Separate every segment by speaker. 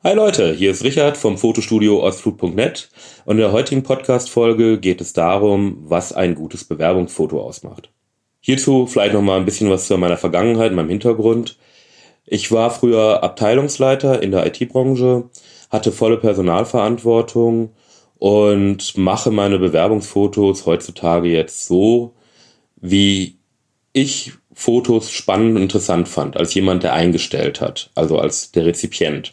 Speaker 1: Hi Leute, hier ist Richard vom Fotostudio ostflug.net und in der heutigen Podcast-Folge geht es darum, was ein gutes Bewerbungsfoto ausmacht. Hierzu vielleicht nochmal ein bisschen was zu meiner Vergangenheit, meinem Hintergrund. Ich war früher Abteilungsleiter in der IT-Branche, hatte volle Personalverantwortung und mache meine Bewerbungsfotos heutzutage jetzt so, wie ich Fotos spannend und interessant fand, als jemand, der eingestellt hat, also als der Rezipient.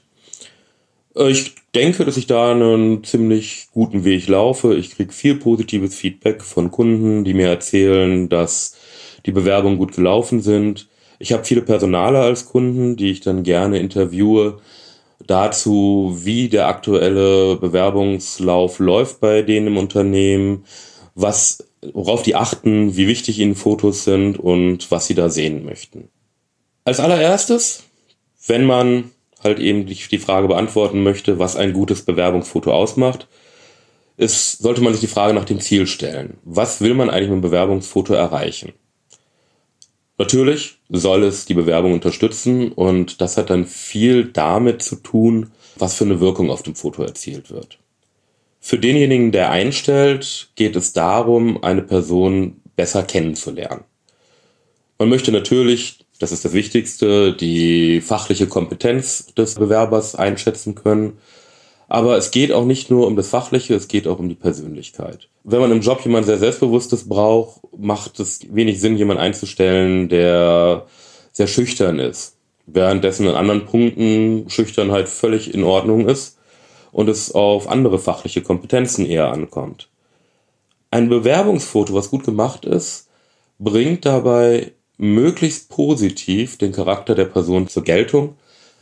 Speaker 1: Ich denke, dass ich da einen ziemlich guten Weg laufe. Ich kriege viel positives Feedback von Kunden, die mir erzählen, dass die Bewerbungen gut gelaufen sind. Ich habe viele Personaler als Kunden, die ich dann gerne interviewe, dazu, wie der aktuelle Bewerbungslauf läuft bei denen im Unternehmen, worauf die achten, wie wichtig ihnen Fotos sind und was sie da sehen möchten. Als allererstes, wenn man halt eben die Frage beantworten möchte, was ein gutes Bewerbungsfoto ausmacht, sollte man sich die Frage nach dem Ziel stellen. Was will man eigentlich mit einem Bewerbungsfoto erreichen? Natürlich soll es die Bewerbung unterstützen und das hat dann viel damit zu tun, was für eine Wirkung auf dem Foto erzielt wird. Für denjenigen, der einstellt, geht es darum, eine Person besser kennenzulernen. Man möchte natürlich, das ist das Wichtigste, die fachliche Kompetenz des Bewerbers einschätzen können. Aber es geht auch nicht nur um das Fachliche, es geht auch um die Persönlichkeit. Wenn man im Job jemand sehr Selbstbewusstes braucht, macht es wenig Sinn, jemanden einzustellen, der sehr schüchtern ist. Währenddessen in anderen Punkten Schüchternheit völlig in Ordnung ist und es auf andere fachliche Kompetenzen eher ankommt. Ein Bewerbungsfoto, was gut gemacht ist, bringt dabei möglichst positiv den Charakter der Person zur Geltung,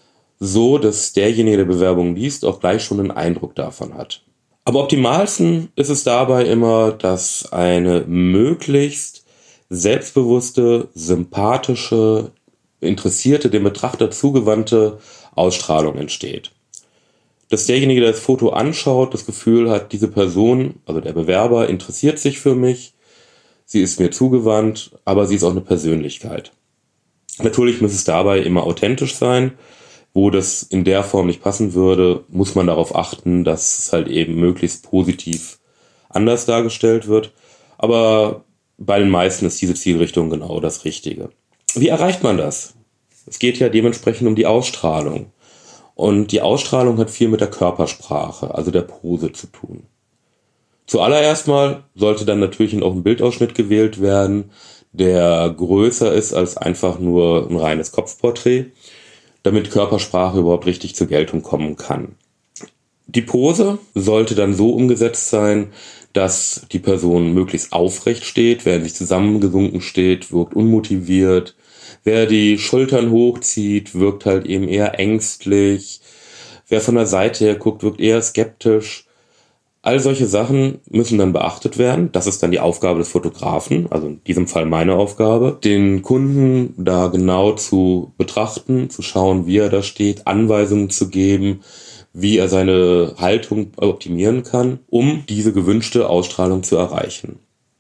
Speaker 1: so dass derjenige, der Bewerbung liest, auch gleich schon einen Eindruck davon hat. Am optimalsten ist es dabei immer, dass eine möglichst selbstbewusste, sympathische, interessierte, dem Betrachter zugewandte Ausstrahlung entsteht. Dass derjenige, der das Foto anschaut, das Gefühl hat, diese Person, also der Bewerber, interessiert sich für mich, sie ist mir zugewandt, aber sie ist auch eine Persönlichkeit. Natürlich muss es dabei immer authentisch sein. Wo das in der Form nicht passen würde, muss man darauf achten, dass es halt eben möglichst positiv anders dargestellt wird. Aber bei den meisten ist diese Zielrichtung genau das Richtige. Wie erreicht man das? Es geht ja dementsprechend um die Ausstrahlung. Und die Ausstrahlung hat viel mit der Körpersprache, also der Pose zu tun. Zuallererst mal sollte dann natürlich auch ein Bildausschnitt gewählt werden, der größer ist als einfach nur ein reines Kopfporträt, damit Körpersprache überhaupt richtig zur Geltung kommen kann. Die Pose sollte dann so umgesetzt sein, dass die Person möglichst aufrecht steht. Wer sich zusammengesunken steht, wirkt unmotiviert. Wer die Schultern hochzieht, wirkt halt eben eher ängstlich. Wer von der Seite her guckt, wirkt eher skeptisch. All solche Sachen müssen dann beachtet werden. Das ist dann die Aufgabe des Fotografen, also in diesem Fall meine Aufgabe, den Kunden da genau zu betrachten, zu schauen, wie er da steht, Anweisungen zu geben, wie er seine Haltung optimieren kann, um diese gewünschte Ausstrahlung zu erreichen.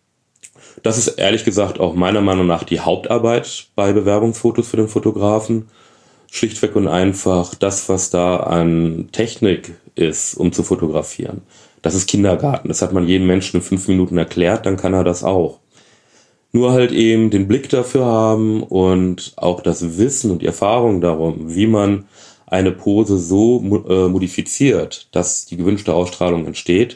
Speaker 1: Das ist ehrlich gesagt auch meiner Meinung nach die Hauptarbeit bei Bewerbungsfotos für den Fotografen. Schlichtweg und einfach das, was da an Technik ist, um zu fotografieren. Das ist Kindergarten. Das hat man jedem Menschen in 5 Minuten erklärt, dann kann er das auch. Nur halt eben den Blick dafür haben und auch das Wissen und die Erfahrung darum, wie man eine Pose so modifiziert, dass die gewünschte Ausstrahlung entsteht.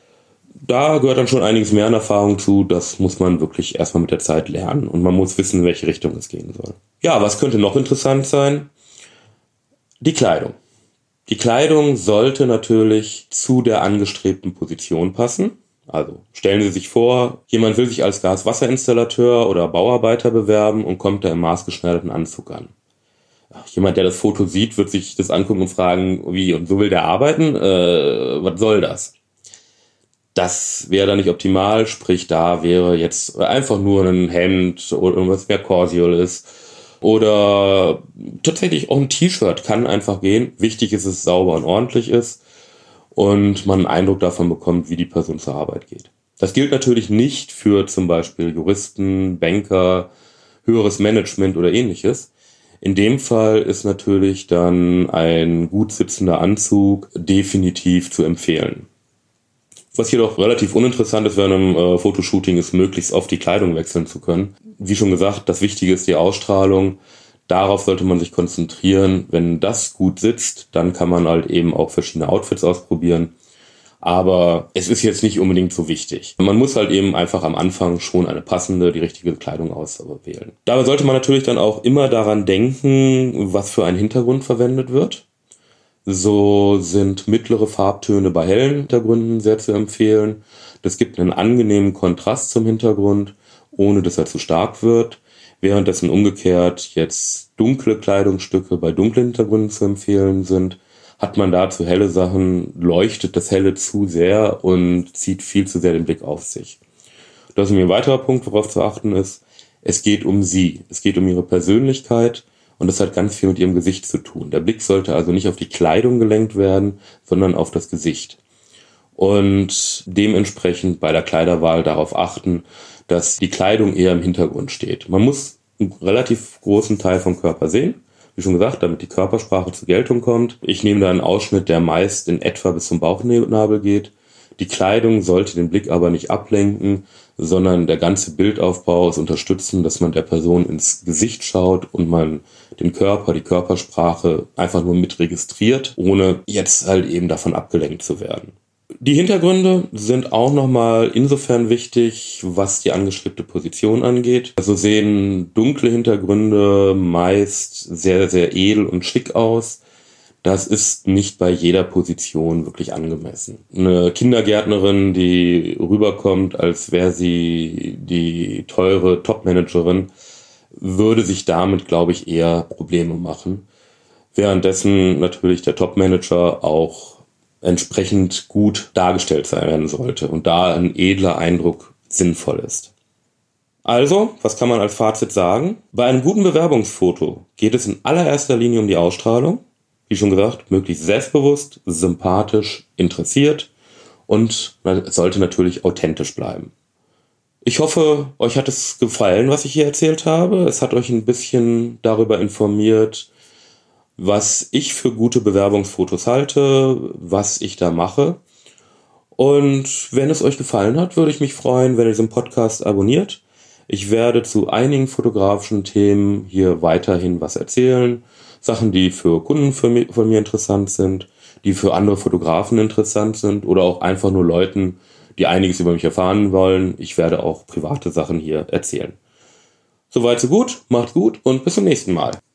Speaker 1: Da gehört dann schon einiges mehr an Erfahrung zu. Das muss man wirklich erstmal mit der Zeit lernen und man muss wissen, in welche Richtung es gehen soll. Ja, was könnte noch interessant sein? Die Kleidung. Die Kleidung sollte natürlich zu der angestrebten Position passen. Also stellen Sie sich vor, jemand will sich als Gaswasserinstallateur oder Bauarbeiter bewerben und kommt da im maßgeschneiderten Anzug an. Jemand, der das Foto sieht, wird sich das angucken und fragen, wie, und so will der arbeiten? Was soll das? Das wäre dann nicht optimal, sprich da wäre jetzt einfach nur ein Hemd oder irgendwas mehr casual ist. Oder tatsächlich auch ein T-Shirt kann einfach gehen. Wichtig ist, dass es sauber und ordentlich ist und man einen Eindruck davon bekommt, wie die Person zur Arbeit geht. Das gilt natürlich nicht für zum Beispiel Juristen, Banker, höheres Management oder ähnliches. In dem Fall ist natürlich dann ein gut sitzender Anzug definitiv zu empfehlen. Was jedoch relativ uninteressant ist während einem Fotoshooting, ist möglichst oft die Kleidung wechseln zu können. Wie schon gesagt, das Wichtige ist die Ausstrahlung. Darauf sollte man sich konzentrieren. Wenn das gut sitzt, dann kann man halt eben auch verschiedene Outfits ausprobieren. Aber es ist jetzt nicht unbedingt so wichtig. Man muss halt eben einfach am Anfang schon eine passende, die richtige Kleidung auswählen. Dabei sollte man natürlich dann auch immer daran denken, was für ein Hintergrund verwendet wird. So sind mittlere Farbtöne bei hellen Hintergründen sehr zu empfehlen. Das gibt einen angenehmen Kontrast zum Hintergrund, ohne dass er zu stark wird. Währenddessen umgekehrt jetzt dunkle Kleidungsstücke bei dunklen Hintergründen zu empfehlen sind. Hat man dazu helle Sachen, leuchtet das Helle zu sehr und zieht viel zu sehr den Blick auf sich. Das ist mir ein weiterer Punkt, worauf zu achten ist. Es geht um sie. Es geht um ihre Persönlichkeit. Und das hat ganz viel mit ihrem Gesicht zu tun. Der Blick sollte also nicht auf die Kleidung gelenkt werden, sondern auf das Gesicht. Und dementsprechend bei der Kleiderwahl darauf achten, dass die Kleidung eher im Hintergrund steht. Man muss einen relativ großen Teil vom Körper sehen, wie schon gesagt, damit die Körpersprache zur Geltung kommt. Ich nehme da einen Ausschnitt, der meist in etwa bis zum Bauchnabel geht. Die Kleidung sollte den Blick aber nicht ablenken, sondern der ganze Bildaufbau ist unterstützen, dass man der Person ins Gesicht schaut und man den Körper, die Körpersprache einfach nur mit registriert, ohne jetzt halt eben davon abgelenkt zu werden. Die Hintergründe sind auch nochmal insofern wichtig, was die angestrebte Position angeht. Also sehen dunkle Hintergründe meist sehr, sehr edel und schick aus. Das ist nicht bei jeder Position wirklich angemessen. Eine Kindergärtnerin, die rüberkommt, als wäre sie die teure Topmanagerin, würde sich damit, glaube ich, eher Probleme machen. Währenddessen natürlich der Topmanager auch entsprechend gut dargestellt werden sollte und da ein edler Eindruck sinnvoll ist. Also, was kann man als Fazit sagen? Bei einem guten Bewerbungsfoto geht es in allererster Linie um die Ausstrahlung. Wie schon gesagt, möglichst selbstbewusst, sympathisch, interessiert und es sollte natürlich authentisch bleiben. Ich hoffe, euch hat es gefallen, was ich hier erzählt habe. Es hat euch ein bisschen darüber informiert, was ich für gute Bewerbungsfotos halte, was ich da mache. Und wenn es euch gefallen hat, würde ich mich freuen, wenn ihr diesen Podcast abonniert. Ich werde zu einigen fotografischen Themen hier weiterhin was erzählen. Sachen, die für Kunden von mir interessant sind, die für andere Fotografen interessant sind oder auch einfach nur Leuten, die einiges über mich erfahren wollen. Ich werde auch private Sachen hier erzählen. Soweit so gut, macht's gut und bis zum nächsten Mal.